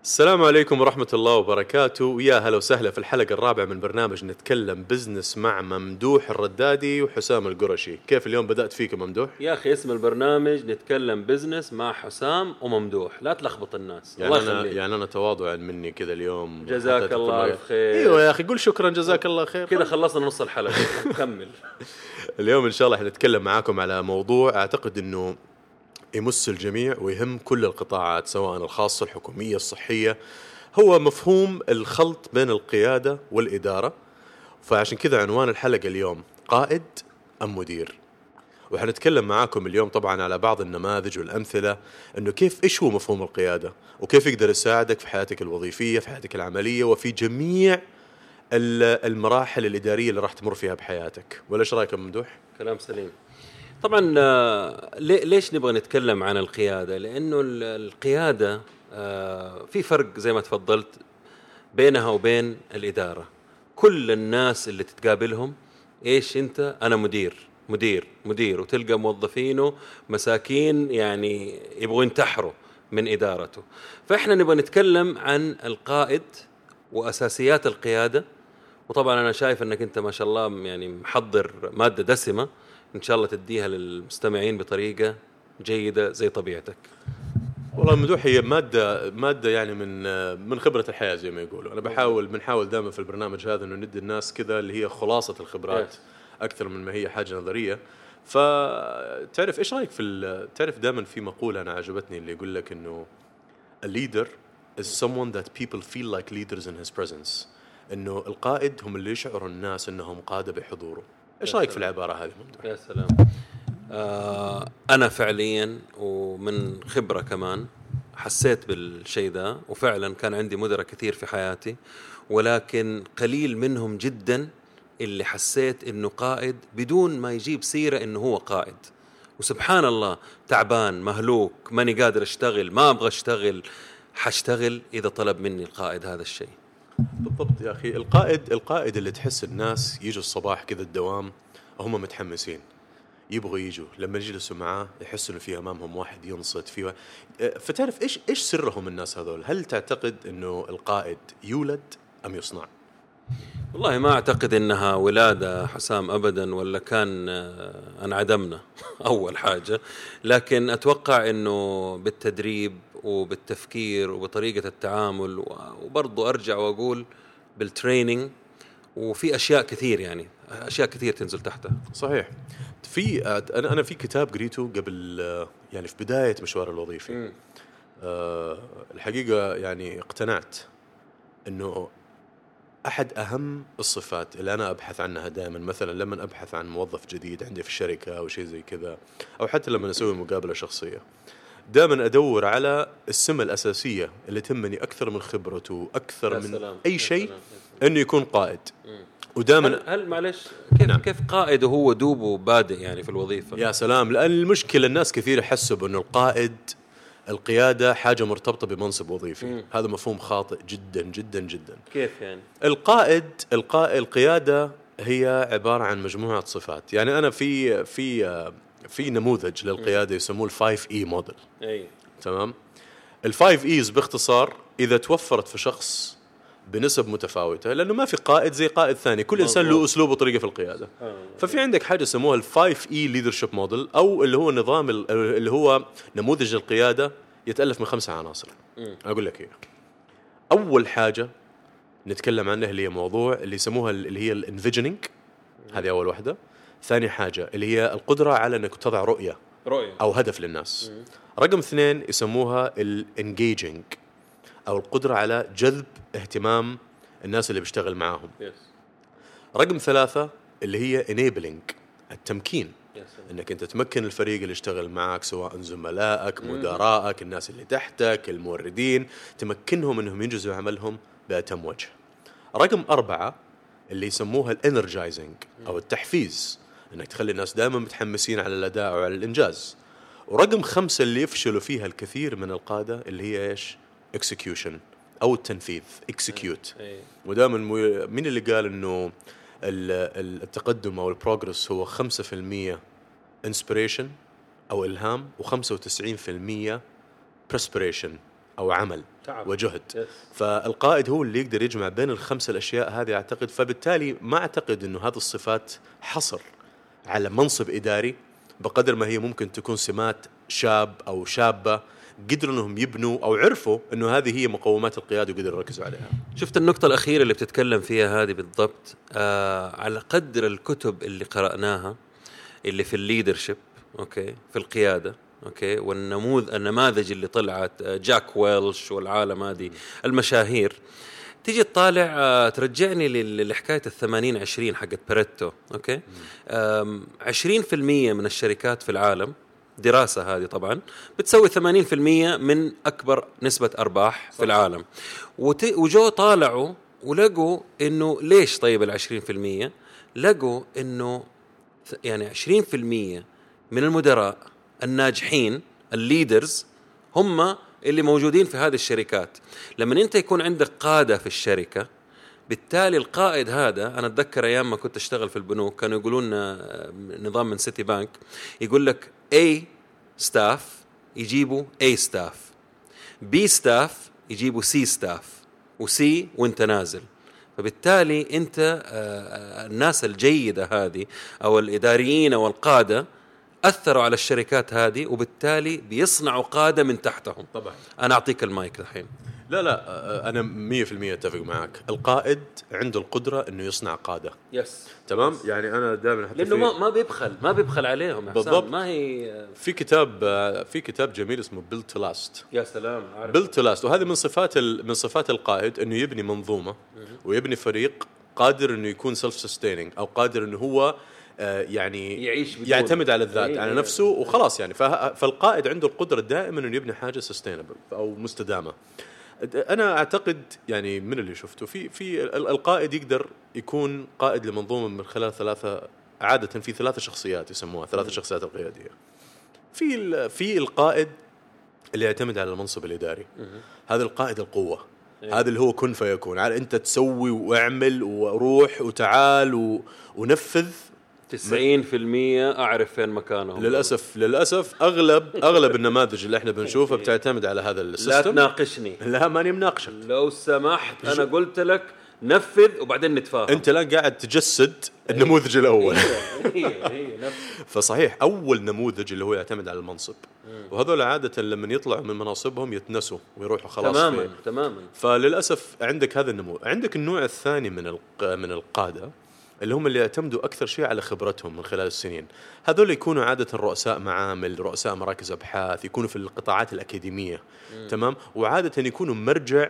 السلام عليكم ورحمة الله وبركاته، ويا هلا وسهلا في الحلقة الرابعة من برنامج نتكلم بزنس مع ممدوح الردادي وحسام القرشي. كيف اليوم بدأت فيك ممدوح؟ يا أخي اسم البرنامج نتكلم بزنس مع حسام وممدوح، لا تلخبط الناس. يعني الله يخليك. يعني أنا تواضعا مني كذا اليوم. جزاك الله ألف خير. أيوة يا أخي قول شكرا جزاك الله خير. كذا خلصنا نص الحلقة. كمل. اليوم إن شاء الله حنتكلم معاكم على موضوع أعتقد إنه يمس الجميع ويهم كل القطاعات سواء الخاصة الحكومية الصحية. هو مفهوم الخلط بين القيادة والإدارة، فعشان كذا عنوان الحلقة اليوم قائد أم مدير. وحنتكلم معاكم اليوم طبعا على بعض النماذج والأمثلة إنه إيش هو مفهوم القيادة وكيف يقدر يساعدك في حياتك الوظيفية في حياتك العملية وفي جميع المراحل الإدارية اللي راح تمر فيها بحياتك. ولا إيش رأيك ممدوح؟ كلام سليم. طبعا ليش نبغى نتكلم عن القيادة؟ لأنه القيادة في فرق زي ما تفضلت بينها وبين الإدارة. كل الناس اللي تتقابلهم إيش أنت؟ أنا مدير وتلقى موظفينه مساكين يعني يبغوا ينتحروا من إدارته. فإحنا نبغى نتكلم عن القائد وأساسيات القيادة. وطبعا أنا شايف أنك أنت ما شاء الله يعني محضر مادة دسمة إن شاء الله تديها للمستمعين بطريقة جيدة زي طبيعتك. والله ممدوح هي مادة يعني من خبرة الحياة زي ما يقولوا. أنا بنحاول دائما في البرنامج هذا إنه ندي الناس كذا اللي هي خلاصة الخبرات أكثر من ما هي حاجة نظرية. فتعرف إيش رأيك تعرف دائما في مقولة أنا عجبتني اللي يقول لك إنه a leader is someone that people feel like leaders in his presence. إنه القائد هم اللي يشعر الناس إنهم قادة بحضوره. إيش رأيك في العبارة هذه ممدوح؟ يا سلام. أنا فعليا ومن خبرة كمان حسيت بالشيء ده، وفعلا كان عندي مدراء كثير في حياتي، ولكن قليل منهم جدا اللي حسيت إنه قائد بدون ما يجيب سيرة إنه هو قائد. وسبحان الله تعبان مهلوك ماني قادر أشتغل، ما أبغى أشتغل، حشتغل إذا طلب مني القائد هذا الشيء. بالضبط يا أخي. القائد اللي تحس الناس يجوا الصباح كذا الدوام هم متحمسين يبغوا يجوا، لما يجلسوا معاه يحسوا إنه في أمامهم واحد ينصت فيه. فتعرف إيش سرهم الناس هذول؟ هل تعتقد إنه القائد يولد أم يصنع؟ والله ما أعتقد إنها ولادة حسام أبدا، ولا كان انعدمنا أول حاجة، لكن أتوقع إنه بالتدريب وبالتفكير وبطريقة التعامل، وبرضو أرجع وأقول بالترينينج، وفي أشياء كثير يعني أشياء كثير تنزل تحتها. صحيح. أنا في كتاب قريته قبل يعني في بداية مشوار الوظيفي. الحقيقة يعني اقتنعت إنه أحد أهم الصفات اللي أنا أبحث عنها دائما، مثلا لما أبحث عن موظف جديد عندي في الشركة أو شيء زي كذا، أو حتى لما أسوي مقابلة شخصية، دائما أدور على السمة الأساسية اللي تهمني أكثر من خبرته أكثر من أي شيء، إنه يكون قائد. ودائما هل معلش كيف قائد وهو دوبه بادئ يعني في الوظيفة؟ يا سلام. لأن المشكلة الناس كثير يحسب إنه القيادة حاجة مرتبطة بمنصب وظيفي. هذا مفهوم خاطئ جدا جدا جدا. كيف يعني؟ القيادة هي عبارة عن مجموعة صفات. يعني أنا في نموذج للقيادة يسموه 5E موديل. تمام. 5E's باختصار إذا توفرت في شخص بنسب متفاوتة، لأنه ما في قائد زي قائد ثاني، كل إنسان له أسلوب وطريقة في القيادة. ففي عندك حاجة سموها 5E leadership model، أو اللي هو النظام اللي هو نموذج القيادة يتألف من 5 عناصر. أقول لك إيه. أول حاجة نتكلم عنها اللي هي موضوع اللي يسموها اللي هي الانفيجنينج، هذه أول واحدة. ثاني حاجة اللي هي القدرة على أنك تضع رؤية أو هدف للناس. رقم 2 يسموها الانجيجنج، أو القدرة على جذب اهتمام الناس اللي بيشتغل معاهم. رقم 3 اللي هي enabling، التمكين، انك انت تمكن الفريق اللي يشتغل معك سواء زملائك مدراءك الناس اللي تحتك الموردين، تمكنهم انهم ينجزوا عملهم بأتم وجه. رقم 4 اللي يسموها الانرجايزنج او التحفيز، انك تخلي الناس دائما متحمسين على الاداء وعلى الانجاز. ورقم 5 اللي يفشلوا فيها الكثير من القادة اللي هي ايش؟ execution أو التنفيذ execute. ودائما مين اللي قال إنه التقدم أو البروجرس هو 5% inspiration أو إلهام و95% perspiration أو عمل وجهد. فالقائد هو اللي يقدر يجمع بين ال5 الأشياء هذه أعتقد. فبالتالي ما أعتقد أنه هذه الصفات حصر على منصب إداري، بقدر ما هي ممكن تكون سمات شاب أو شابة قدروا أنهم يبنوا أو عرفوا أنه هذه هي مقومات القيادة وقدروا يركزوا عليها. شفت النقطة الأخيرة اللي بتتكلم فيها هذه بالضبط. على قدر الكتب اللي قرأناها اللي في الليدرشيب، أوكي، في القيادة، أوكي، والنماذج اللي طلعت جاك ويلش والعالم هذه المشاهير، تيجي تطالع ترجعني لحكاية 80-20 حقت باريتو. أوكي، 20% من الشركات في العالم، دراسة هذه طبعا بتسوي 80% من أكبر نسبة أرباح في العالم. وجو طالعوا ولقوا إنه ليش طيب 20%؟ لقوا إنه يعني 20% من المدراء الناجحين الليدرز هم اللي موجودين في هذه الشركات. لما أنت يكون عندك قادة في الشركة، بالتالي القائد هذا، أنا أتذكر أيام ما كنت أشتغل في البنوك كانوا يقولون نظام من سيتي بانك يقول لك A staff يجيبوا A staff، B staff يجيبوا C staff، وC وانت نازل. فبالتالي أنت الناس الجيدة هذه أو الإداريين أو القادة أثروا على الشركات هذه، وبالتالي بيصنعوا قادة من تحتهم. طبعا أنا أعطيك المايك الحين. لا أنا 100% أتفق معك. القائد عنده القدرة إنه يصنع قادة. تمام. يعني أنا دائما لأنه ما بيبخل عليهم. بالضبط. ما هي في كتاب جميل اسمه Built to Last. يا سلام. Built to Last. وهذه من صفات القائد إنه يبني منظومة ويبني فريق قادر إنه يكون self sustaining، أو قادر إنه هو يعني يعتمد على الذات، على نفسه وخلاص. يعني فالقائد عنده القدرة دائما إنه يبني حاجة sustainable أو مستدامة. أنا أعتقد يعني من اللي شفته في القائد يقدر يكون قائد لمنظومة من خلال عادة في 3 شخصيات يسموها 3 شخصيات القيادية. في القائد اللي يعتمد على المنصب الإداري، هذا القائد القوة، هذا اللي هو كن فيكون، على أنت تسوي واعمل وروح وتعال ونفذ. 90% أعرف فين مكانهم. للأسف أغلب النماذج اللي احنا بنشوفها بتعتمد على هذا السيستم. لا تناقشني. لا ماني مناقشك لو سمحت. أنا قلت لك نفذ وبعدين نتفاهم. أنت الآن قاعد تجسد النموذج الأول. هي فصحيح أول نموذج اللي هو يعتمد على المنصب، وهذول عادة لما يطلعوا من مناصبهم يتنسوا ويروحوا خلاص. تماما. فللأسف عندك هذا النموذج. عندك النوع الثاني من القادة اللي هم اللي يعتمدوا أكثر شيء على خبرتهم من خلال السنين. هذول يكونوا عادة رؤساء معامل، رؤساء مراكز أبحاث، يكونوا في القطاعات الأكاديمية. تمام. وعادة يكونوا مرجع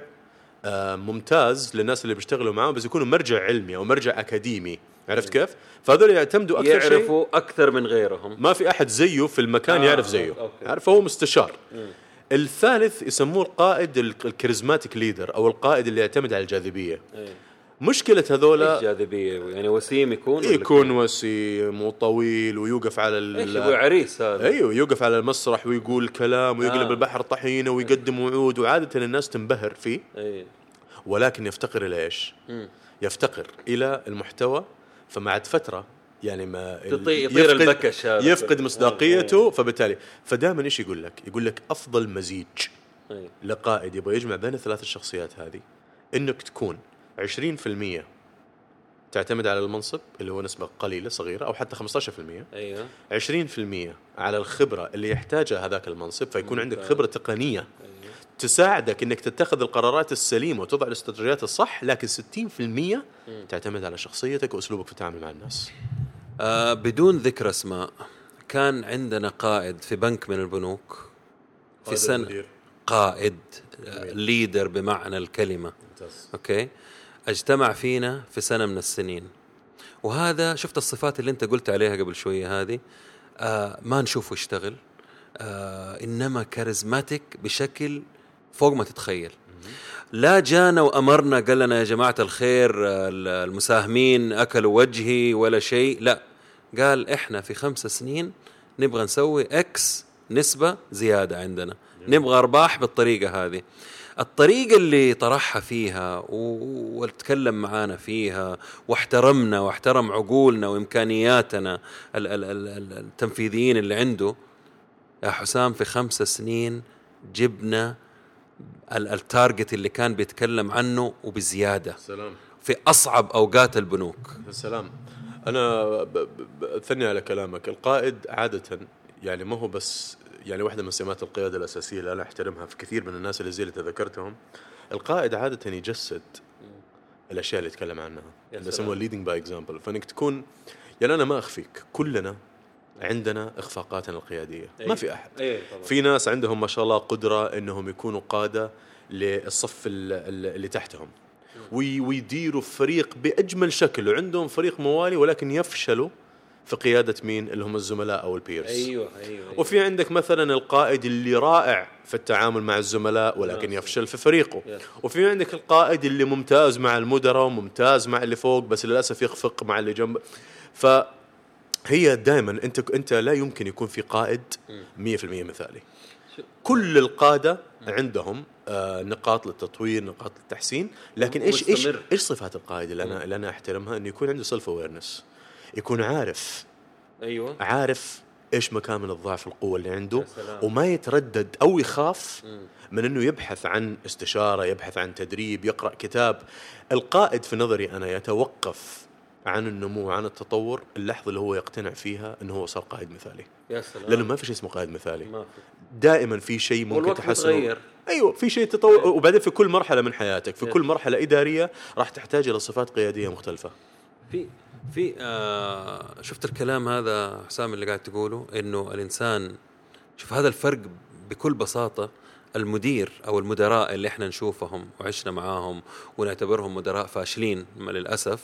ممتاز للناس اللي بيشتغلوا معهم، بس يكونوا مرجع علمي أو مرجع أكاديمي. عرفت كيف؟ فهذول يعتمدوا أكثر شيء، يعرفوا أكثر من غيرهم. ما في أحد زيه في المكان يعرف زيه. عارف، هو مستشار. الثالث يسموه القائد الكاريزماتيك ليدر، أو القائد اللي يعتمد على الجاذبية. مشكلة هذولا جاذبية، يعني وسيم يكون وسيم وطويل ويوقف على ايش هو عريس هذا. ايوه، يوقف على المسرح ويقول كلام ويقلب البحر طحينة ويقدم وعود، وعادة الناس تنبهر فيه. ولكن يفتقر إلى ايش؟ يفتقر إلى المحتوى. فمع فترة يعني ما يطير البكش هذا، يفقد مصداقيته. فبالتالي فدائما ايش يقول لك أفضل مزيج لقائد يبغى يجمع بين ال3 الشخصيات هذه، انك تكون 20% تعتمد على المنصب اللي هو نسبة قليلة صغيرة، أو حتى 15%. 20% على الخبرة اللي يحتاجها هذاك المنصب، فيكون عندك خبرة تقنية تساعدك إنك تتخذ القرارات السليمة وتضع الاستراتيجيات الصح. لكن 60% تعتمد على شخصيتك وأسلوبك في التعامل مع الناس. بدون ذكر اسماء، كان عندنا قائد في بنك من البنوك في سنة، قائد ليدر بمعنى الكلمة. أوكي، اجتمع فينا في سنة من السنين، وهذا شفت الصفات اللي انت قلت عليها قبل شوية هذه. ما نشوفه يشتغل، إنما كاريزماتيك بشكل فوق ما تتخيل. لا جانا وأمرنا قال لنا يا جماعة الخير المساهمين أكلوا وجهي ولا شيء، لا، قال إحنا في 5 سنين نبغى نسوي X نسبة زيادة عندنا، نبغى أرباح بالطريقة هذه. الطريقة اللي طرحها فيها وتكلم معانا فيها واحترمنا واحترم عقولنا وإمكانياتنا التنفيذيين اللي عنده. يا حسام في 5 سنين جبنا التارجت اللي كان بيتكلم عنه وبزيادة. سلام. في أصعب أوقات البنوك. سلام. أنا أثني على كلامك. القائد عادة يعني ما هو بس يعني واحدة من سمات القيادة الأساسية اللي أنا أحترمها في كثير من الناس اللي زي اللي تذكرتهم، القائد عادة يجسد الأشياء اللي يتكلم عنها، اللي يسموه leading by example. فإنك تكون يعني أنا ما أخفيك، كلنا عندنا إخفاقاتنا القيادية. ما في أحد. في ناس عندهم ما شاء الله قدرة إنهم يكونوا قادة للصف اللي تحتهم ويديروا فريق بأجمل شكل، وعندهم فريق موالي، ولكن يفشلوا في قيادة مين اللي هم الزملاء أو البيرز. أيوة. وفي عندك مثلا القائد اللي رائع في التعامل مع الزملاء ولكن يفشل في فريقه. وفي عندك القائد اللي ممتاز مع المدراء وممتاز مع اللي فوق، بس للأسف يخفق مع اللي جنب. فهي دائما انت لا يمكن يكون في قائد 100% مثالي. كل القادة عندهم نقاط للتطوير، نقاط للتحسين، لكن ايش صفات القائد اللي انا احترمها؟ انه يكون عنده سيلف اويرنس، يكون عارف عارف ايش مكان من الضعف القوة اللي عنده، وما يتردد او يخاف من انه يبحث عن استشارة، يبحث عن تدريب، يقرأ كتاب. القائد في نظري انا يتوقف عن النمو، عن التطور، اللحظة اللي هو يقتنع فيها انه هو صار قائد مثالي. لانه ما في شيء اسمه قائد مثالي، دائما في شيء ممكن تحسنه. ايوه في شيء تطور. وبعدين في كل مرحلة من حياتك، في كل مرحلة إدارية راح تحتاج الى صفات قيادية مختلفة. في شفت الكلام هذا حسام اللي قاعد تقوله، انه الانسان، شوف هذا الفرق بكل بساطة. المدير او المدراء اللي احنا نشوفهم وعشنا معاهم ونعتبرهم مدراء فاشلين للاسف،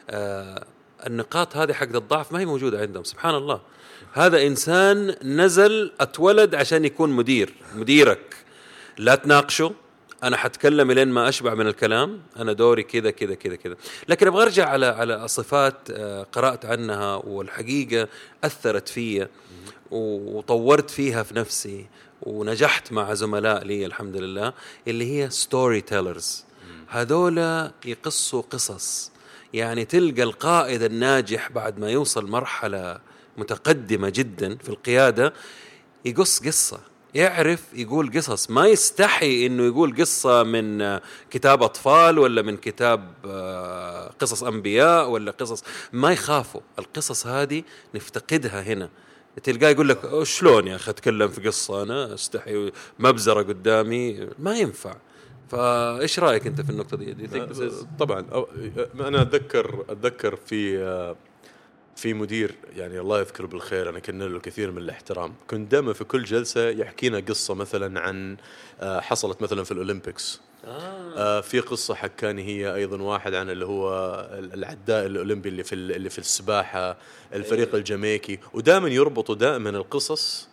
النقاط هذه حق الضعف ما هي موجودة عندهم. سبحان الله، هذا انسان نزل اتولد عشان يكون مديرك. لا تناقشه، أنا حتكلم لين ما أشبع من الكلام، أنا دوري كذا كذا كذا كذا. لكن أبغى أرجع على صفات قرأت عنها والحقيقة أثرت فيا وطورت فيها في نفسي ونجحت مع زملاء لي الحمد لله، اللي هي ستوري تيلرز. هذولا يقصوا قصص. يعني تلقى القائد الناجح بعد ما يوصل مرحلة متقدمة جدا في القيادة يقص قصة، يعرف يقول قصص، ما يستحي إنه يقول قصة من كتاب أطفال ولا من كتاب قصص أنبياء ولا قصص، ما يخافوا. القصص هذه نفتقدها هنا. تلقاه يقول لك شلون يا أخي أتكلم في قصة، أنا استحي مبزرة قدامي، ما ينفع. فإيش رأيك أنت في النقطة دي؟ طبعا أنا أتذكر في مدير يعني الله يذكره بالخير، أنا كنا له كثير من الاحترام، كنت دائما في كل جلسة يحكينا قصة مثلا عن حصلت مثلا في الأولمبيكس. في قصة حكاني هي أيضا واحد عن اللي هو العداء الأولمبي اللي في السباحة، الفريق الجامايكي، ودائما يربطوا دائما القصص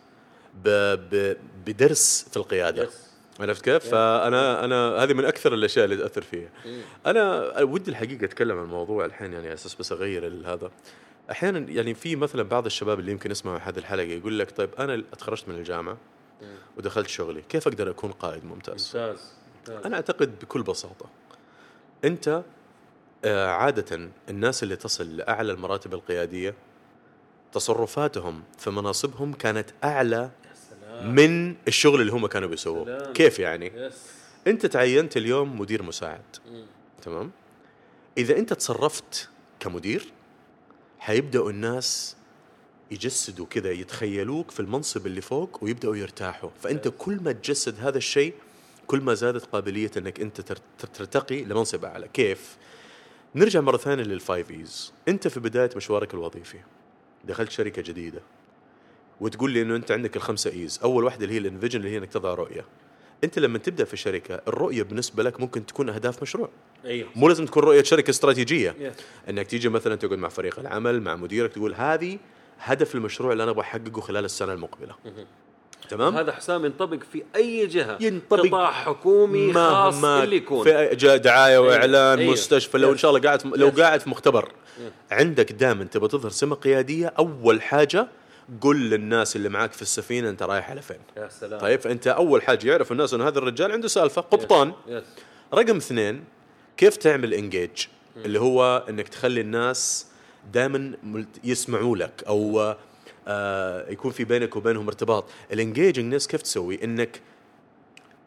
بدرس في القيادة. عرفت كيف؟ فأنا هذه من أكثر الأشياء اللي تأثر فيها. أنا ودي الحقيقة أتكلم عن الموضوع الحين، يعني أساس بس أغير هذا. أحيانا يعني في مثلا بعض الشباب اللي يمكن يسمعوا هذه الحلقة يقول لك طيب أنا اتخرجت من الجامعة ودخلت شغلي، كيف أقدر أكون قائد ممتاز؟ أنا أعتقد بكل بساطة أنت عادة الناس اللي تصل لأعلى المراتب القيادية تصرفاتهم في مناصبهم كانت أعلى من الشغل اللي هم كانوا بيسووه. كيف يعني؟ أنت تعينت اليوم مدير مساعد، تمام؟ إذا أنت تصرفت كمدير حيبدأوا الناس يجسدوا كذا، يتخيلوك في المنصب اللي فوق ويبدأوا يرتاحوا. فأنت كل ما تجسد هذا الشيء كل ما زادت قابلية أنك أنت ترتقي لمنصب أعلى. كيف؟ نرجع مرة ثانية للفايف إيز. أنت في بداية مشوارك الوظيفي دخلت شركة جديدة وتقول لي أنه أنت عندك الخمسة إيز. أول واحدة اللي هي الانفيجن، اللي هي أنك تضع رؤية. أنت لما تبدأ في شركة الرؤية بالنسبة لك ممكن تكون أهداف مشروع. أيوه. مو لازم تكون رؤية شركة استراتيجية. أنك تيجي مثلا تقعد مع فريق العمل مع مديرك تقول هذه هدف المشروع اللي أنا أبغى أحققه خلال السنة المقبلة. تمام. هذا حسام ينطبق في أي جهة، قطاع حكومي خاص اللي يكون في دعاية وإعلان مستشفى. لو إن شاء الله قاعد في مختبر عندك دائما تبغى تظهر سمة قيادية، أول حاجة قل للناس اللي معاك في السفينة أنت رايح على فين. يا سلام. طيب فأنت أول حاجة يعرف الناس أن هذا الرجال عنده سالفة قبطان. رقم 2 كيف تعمل إنجيج، اللي هو أنك تخلي الناس دائما يسمعوا لك أو يكون في بينك وبينهم ارتباط. الانجيجنجنس كيف تسوي؟ انك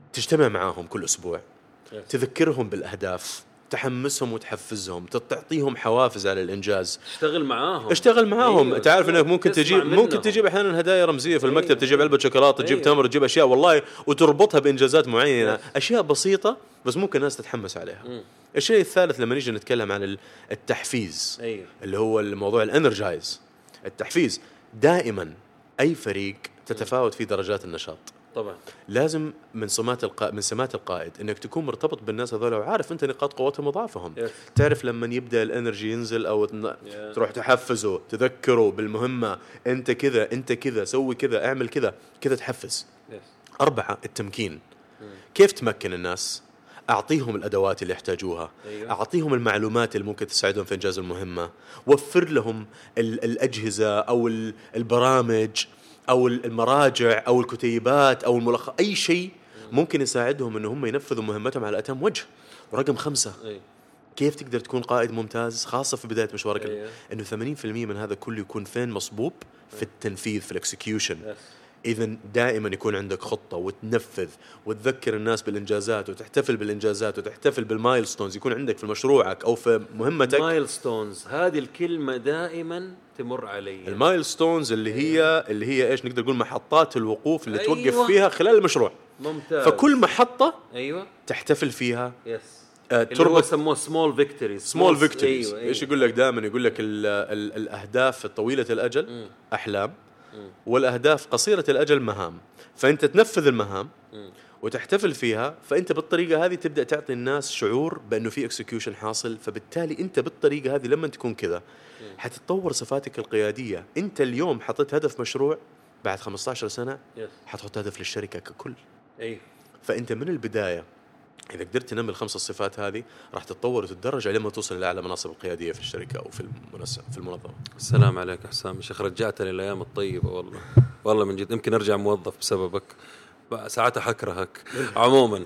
تجتمع معاهم كل أسبوع، تذكرهم بالأهداف، تحمسهم وتحفزهم، تعطيهم حوافز على الإنجاز، اشتغل معاهم. أيوة. تعرف إنك ممكن تجيب أحيانا هدايا رمزية في المكتب. أيوة. تجيب علبة شوكولاتة، تجيب تمر، تجيب أشياء والله وتربطها بإنجازات معينة. أشياء بسيطة بس ممكن الناس تتحمس عليها. الشيء الثالث لما نيجي نتكلم عن التحفيز. أيوة. اللي هو الموضوع الانرجايز. التحفيز دائما أي فريق تتفاوت في درجات النشاط. طبعا لازم من سمات القائد انك تكون مرتبط بالناس هذول وعارف انت نقاط قوتهم وضعفهم. تعرف لما يبدا الانرجي ينزل او تروح تحفزه، تذكره بالمهمه، انت كذا سوي كذا، اعمل كذا تحفز. 4 التمكين. كيف تمكن الناس؟ أعطيهم الأدوات اللي يحتاجوها. أيوة. أعطيهم المعلومات اللي ممكن تساعدهم في إنجاز المهمة. وفر لهم الأجهزة أو البرامج أو المراجع أو الكتيبات أو الملخص، أي شيء ممكن يساعدهم إن هم ينفذوا مهمتهم على أتم وجه. ورقم 5 كيف تقدر تكون قائد ممتاز خاصة في بداية مشوارك؟ إنه 80% من هذا كله يكون فين مصبوب في التنفيذ، في الإكسكيوشن. إذن دائما يكون عندك خطة وتنفذ وتذكر الناس بالإنجازات وتحتفل بالإنجازات وتحتفل بالمايلستونز يكون عندك في مشروعك أو في مهمتك. مايلستونز هذه الكلمة دائما تمر علي. المايلستونز اللي هي إيش نقدر نقول محطات الوقوف اللي توقف فيها خلال المشروع. ممتاز. فكل محطة تحتفل فيها. اللي هو سموه small victories. إيش يقول لك دائما؟ يقول لك الأهداف طويلة الأجل أحلام، والأهداف قصيرة الأجل مهام. فأنت تنفذ المهام وتحتفل فيها، فأنت بالطريقة هذه تبدأ تعطي الناس شعور بأنه في execution حاصل. فبالتالي أنت بالطريقة هذه لما تكون كذا حتتطور صفاتك القيادية. أنت اليوم حطيت هدف مشروع، بعد 15 سنة حتحط هدف للشركة ككل. فأنت من البداية إذا قدرت تنمي ال5 صفات هذه راح تتطور وتتدرج لما توصل لأعلى مناصب القيادية في الشركة أو في المنظمة. السلام عليك حسام، يا شيخ رجعتني الأيام الطيبة والله من جد. يمكن أرجع موظف بسببك، ساعتها حكرهك. عموما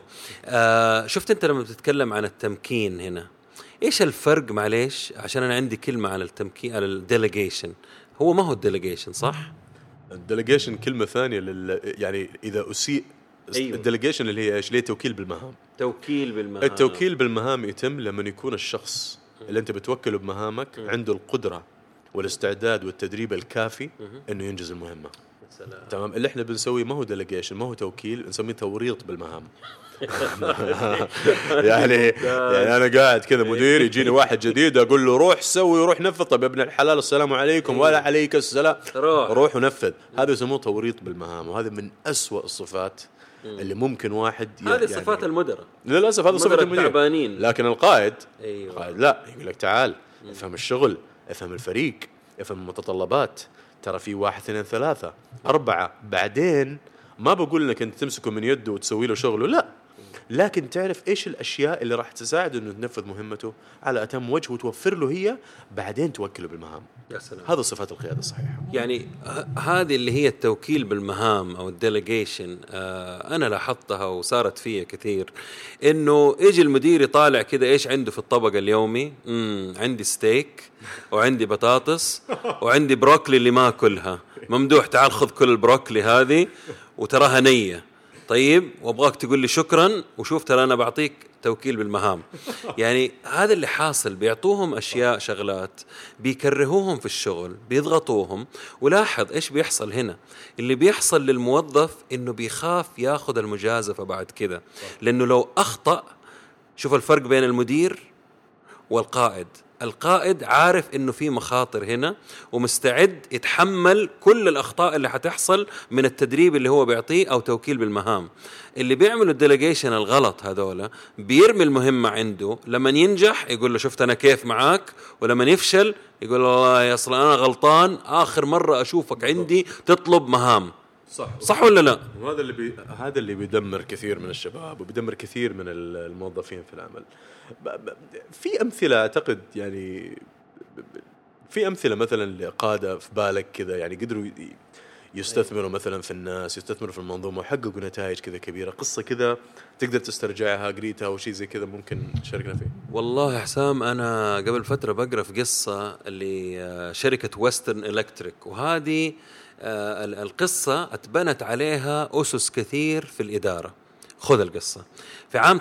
شفت أنت لما بتتكلم عن التمكين هنا إيش الفرق؟ معليش عشان أنا عندي كلمة على التمكين، على الديليجيشن. هو ما هو الديليجيشن صح؟ الديليجيشن كلمة ثانية يعني إذا أسيء. أيوة. الديليجيشن اللي هي إيش؟ ليه توكيل بالمهام. التوكيل بالمهام يتم لما يكون الشخص اللي أنت بتوكله بمهامك عنده القدرة والاستعداد والتدريب الكافي إنه ينجز المهمة. تمام. اللي إحنا بنسويه ما هو ديليجيشن، ما هو توكيل، نسميه توريط بالمهام. يعني أنا قاعد كذا مدير يجيني واحد جديد أقول له روح سوي وروح نفذ. طب يا ابن الحلال السلام عليكم ولا عليك السلام، روح ونفذ. هذا يسموه توريط بالمهام، وهذا من أسوأ الصفات اللي ممكن واحد هذه صفات المدراء للأسف. هذا صفات المدير. لكن القائد القائد لا، يقول لك تعال افهم الشغل، افهم الفريق، افهم المتطلبات. ترى في 1 2 3 4. بعدين ما بقول لك انت تمسكه من يده وتسوي له شغله، لا، لكن تعرف ايش الاشياء اللي راح تساعده انه تنفذ مهمته على اتم وجه وتوفر له هي، بعدين توكله بالمهام. يا سلام. هذا صفات القياده الصحيحه. يعني هذه اللي هي التوكيل بالمهام او الديليجيشن. انا لاحظتها وصارت فيها كثير، انه يجي المدير يطالع كذا ايش عنده في الطبق اليومي. عندي ستيك وعندي بطاطس وعندي بروكلي اللي ما اكلها. ممدوح تعال خذ كل البروكلي هذه وتراها نية. طيب وابغاك تقول لي شكرا، وشوف ترى انا بعطيك توكيل بالمهام. يعني هذا اللي حاصل، بيعطوهم اشياء شغلات، بيكرهوهم في الشغل، بيضغطوهم. ولاحظ ايش بيحصل هنا. اللي بيحصل للموظف انه بيخاف ياخذ المجازفة بعد كذا، لانه لو اخطأ، شوف الفرق بين المدير والقائد. القائد عارف انه في مخاطر هنا ومستعد يتحمل كل الاخطاء اللي حتحصل من التدريب اللي هو بيعطيه او توكيل بالمهام. اللي بيعملوا الديليجيشن الغلط هذولا بيرمي المهمة عنده، لما ينجح يقول له شفت انا كيف معاك، ولما يفشل يقول له والله يا اصلا انا غلطان، اخر مرة اشوفك عندي تطلب مهام. صح ولا لا؟ هذا اللي بيدمر كثير من الشباب وبيدمر كثير من الموظفين في العمل. في أمثلة أعتقد، يعني في أمثلة مثلا لقادة في بالك كذا، يعني قدروا يستثمروا مثلا في الناس، يستثمروا في المنظومة وحققوا نتائج كذا كبيرة. قصة كذا تقدر تسترجعها، قريتها أو شيء زي كذا ممكن تشاركنا فيه؟ والله حسام أنا قبل فترة بقرأ في قصة اللي شركة ويسترن إلكتريك، وهذه القصة اتبنت عليها أسس كثير في الإدارة، خذ القصة. في عام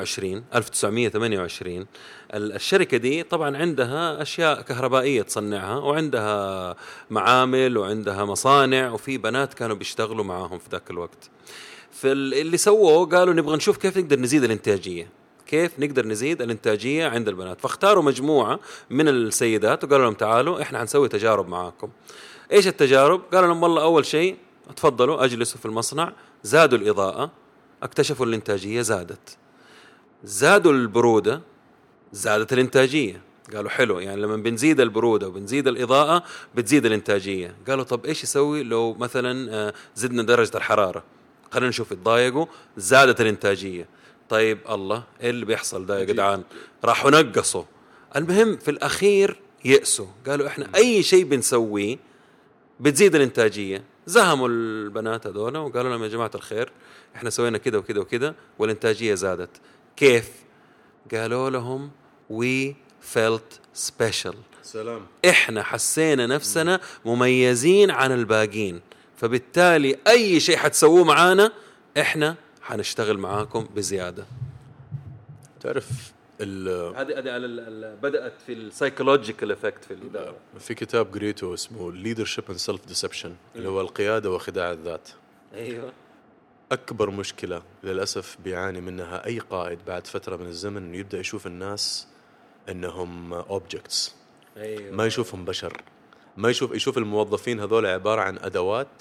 1928 الشركة دي طبعا عندها أشياء كهربائية تصنعها، وعندها معامل وعندها مصانع، وفي بنات كانوا بيشتغلوا معاهم في ذاك الوقت. فاللي سووه قالوا نبغى نشوف كيف نقدر نزيد الإنتاجية، كيف نقدر نزيد الإنتاجية عند البنات. فاختاروا مجموعة من السيدات وقالوا لهم تعالوا إحنا هنسوي تجارب معاكم. إيش التجارب؟ قالوا لهم والله أول شيء تفضلوا أجلسوا في المصنع، زادوا الإضاءة، اكتشفوا الإنتاجية زادت، زادوا البرودة، زادت الإنتاجية. قالوا حلو، يعني لما بنزيد البرودة وبنزيد الإضاءة بتزيد الإنتاجية. قالوا طب إيش يسوي لو مثلا زدنا درجة الحرارة؟ خلينا نشوف. يتضايقوا، زادت الإنتاجية. طيب الله إيه اللي بيحصل ده يا جدعان؟ راحوا نقصوا. المهم في الأخير يأسوا، قالوا إحنا أي شيء بنسويه بتزيد الإنتاجية. زهموا البنات هذول وقالوا لهم يا جماعة الخير إحنا سوينا كده وكده وكده والإنتاجية زادت. كيف؟ قالوا لهم we felt special. سلام. إحنا حسينا نفسنا مميزين عن الباقين، فبالتالي أي شيء حتسووه معانا إحنا حنشتغل معاكم بزيادة. تعرف هذه بدأت في السايكولوجيكال افكت في الإدارة. في كتاب قريته اسمه leadership and self deception اللي هو القيادة وخداع الذات. أيوة. أكبر مشكلة للأسف بيعاني منها أي قائد بعد فترة من الزمن إنه يبدأ يشوف الناس إنهم objects. أيوة. ما يشوفهم بشر، ما يشوف الموظفين هذول عبارة عن أدوات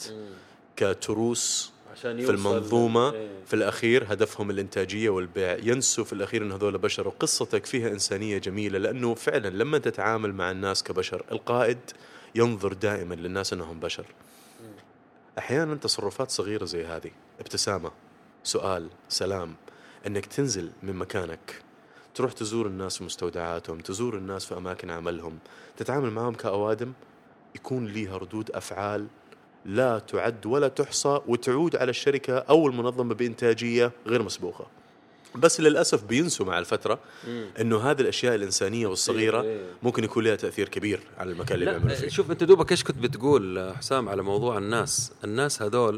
كتروس في المنظومة. في الأخير هدفهم الإنتاجية والبيع، ينسوا في الأخير أن هذول بشر. وقصتك فيها إنسانية جميلة، لأنه فعلا لما تتعامل مع الناس كبشر، القائد ينظر دائما للناس أنهم بشر. أحيانا تصرفات صغيرة زي هذه، ابتسامة، سؤال، سلام، أنك تنزل من مكانك تروح تزور الناس في مستودعاتهم، تزور الناس في أماكن عملهم، تتعامل معهم كأوادم، يكون ليها ردود أفعال لا تعد ولا تحصى، وتعود على الشركة أو المنظمة بإنتاجية غير مسبوقة. بس للأسف بينسوا مع الفترة إنه هذه الأشياء الإنسانية والصغيرة ممكن يكون لها تأثير كبير على المكان اللي بيعملوا فيه. شوف أنت دوبك إيش كنت بتقول حسام على موضوع الناس هذول.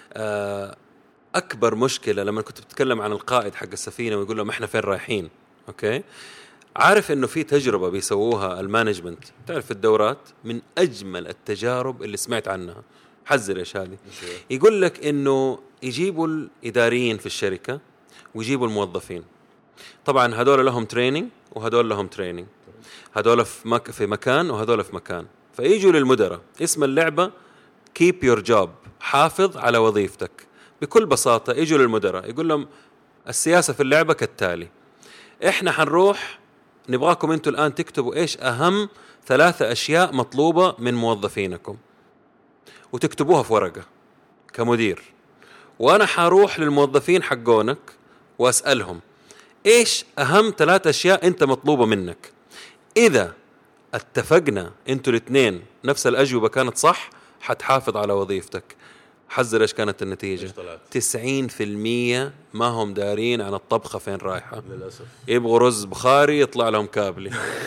أكبر مشكلة لما كنت بتتكلم عن القائد حق السفينة ويقول لهم إحنا فين رايحين، أوكي، عارف إنه في تجربة بيسووها المانجمنت، تعرف الدورات، من أجمل التجارب اللي سمعت عنها. حذر يا شادي. يقول لك إنه يجيبوا الإداريين في الشركة ويجيبوا الموظفين. طبعا هذول لهم تريننج وهذول لهم تريننج، هذول في مكان وهذول في مكان. فيجوا للمدراء، اسم اللعبة keep your job، حافظ على وظيفتك. بكل بساطة يجوا للمدراء يقول لهم السياسة في اللعبة كالتالي: إحنا حنروح نبغاكم أنتوا الآن تكتبوا إيش أهم 3 أشياء مطلوبة من موظفينكم، وتكتبوها في ورقة كمدير، وأنا حروح للموظفين حقونك وأسألهم إيش أهم 3 أشياء أنت مطلوبة منك. إذا اتفقنا أنتوا الاثنين نفس الأجوبة كانت صح، حتحافظ على وظيفتك. حذر إيش كانت النتيجة؟ 90% ما هم دارين عن الطبخة فين رايحة. للأسف يبغوا رز بخاري يطلع لهم كابلي.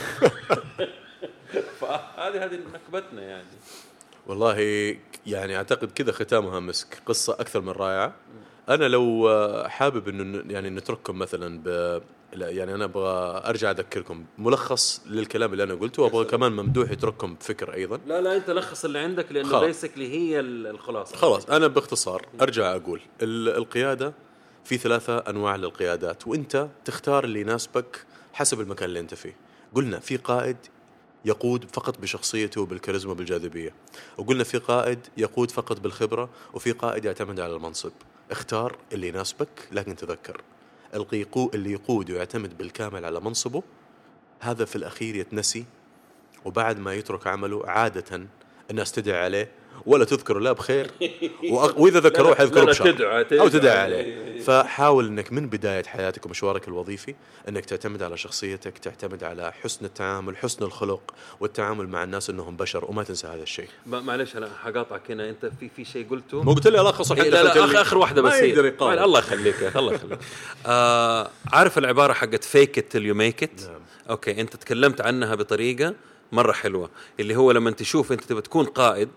هذه نكبتنا يعني. والله يعني أعتقد كذا ختامها مسك، قصة أكثر من رائعة. أنا لو حابب إنه يعني نترككم مثلا يعني أنا أبغى أرجع أذكركم ملخص للكلام اللي أنا قلته، وأبغى كمان ممدوح يترككم بفكر أيضا. لا أنت لخص اللي عندك، لأنه بيسكلي هي الخلاصة. خلاص أنا باختصار أرجع أقول القيادة في 3 أنواع للقيادات، وإنت تختار اللي يناسبك حسب المكان اللي أنت فيه. قلنا في قائد يقود فقط بشخصيته وبالكاريزما وبالجاذبية، وقلنا في قائد يقود فقط بالخبرة، وفي قائد يعتمد على المنصب. اختار اللي يناسبك، لكن تذكر اللي يقود ويعتمد بالكامل على منصبه هذا في الأخير يتنسي، وبعد ما يترك عمله عادة الناس تدعي عليه ولا تذكره لا بخير، وإذا ذكروه حيذكروه بشر أو تدعي عليه. فحاول أنك من بداية حياتك ومشوارك الوظيفي أنك تعتمد على شخصيتك، تعتمد على حسن التعامل، حسن الخلق، والتعامل مع الناس أنهم بشر، وما تنسى هذا الشيء. معلش أنا حقاطعك هنا، أنت في شيء قلته مو قلت لي ألخص حتى لا آخر واحدة بس. الله يخليك يا الله يخليك. عارف العبارة حقت fake it till you make it؟ نعم. أوكي، أنت تكلمت عنها بطريقة مرة حلوة، اللي هو لما تشوف أنت تبى تكون قائد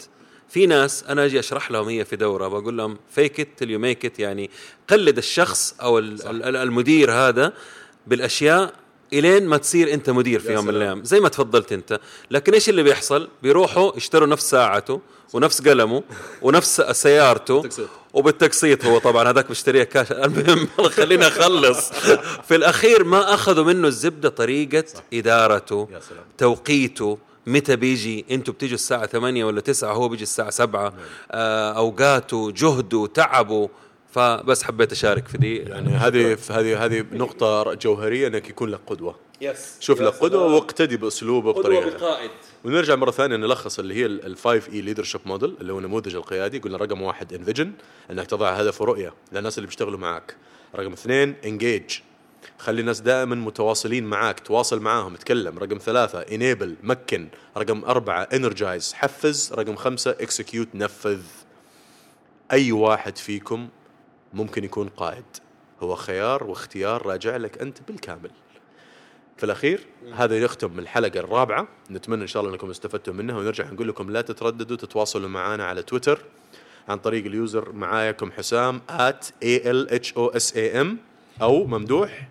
في ناس أنا أجي أشرح لهم هي في دورة بقول لهم fake it till you make it، يعني قلد الشخص أو المدير هذا بالأشياء إلين ما تصير أنت مدير في يوم من الأيام زي ما تفضلت أنت. لكن إيش اللي بيحصل؟ بيروحوا يشتروا نفس ساعته ونفس قلمه ونفس سيارته وبالتقسيط، هو طبعا هذاك بيشتريها كاش. المهم خلينا أخلص. في الأخير ما أخذوا منه الزبدة طريقة إدارته، توقيته، متى بيجي، انتوا بتيجوا الساعة 8 ولا 9، هو بيجي الساعة 7، أوقاته، جهده، تعبه. فبس حبيت أشارك في دي، يعني هذه نقطة جوهرية انك يكون لك قدوة. شوف لك قدوة واقتدي بأسلوبه بطريقة. ونرجع مرة ثانية نلخص اللي هي ال5E leadership model اللي هو نموذج القيادي. قلنا رقم 1 envision، انك تضع هدف ورؤية للناس اللي بيشتغلوا معك. رقم 2 engage، خلي الناس دائما متواصلين معاك، تواصل معاهم، تكلم. رقم 3 enable، مكن. رقم 4 energize، حفز. رقم 5 execute، نفذ. أي واحد فيكم ممكن يكون قائد، هو خيار واختيار راجع لك أنت بالكامل. في الأخير هذا يختم الحلقة الرابعة، نتمنى إن شاء الله أنكم استفدتوا منها. ونرجع نقول لكم لا تترددوا تتواصلوا معنا على تويتر عن طريق اليوزر معاكم حسام @ALHOSAM أو ممدوح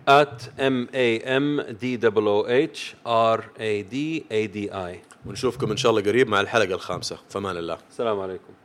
@MAMDOOHRADADI. ونشوفكم إن شاء الله قريب مع الحلقة الخامسة. فمان الله. السلام عليكم.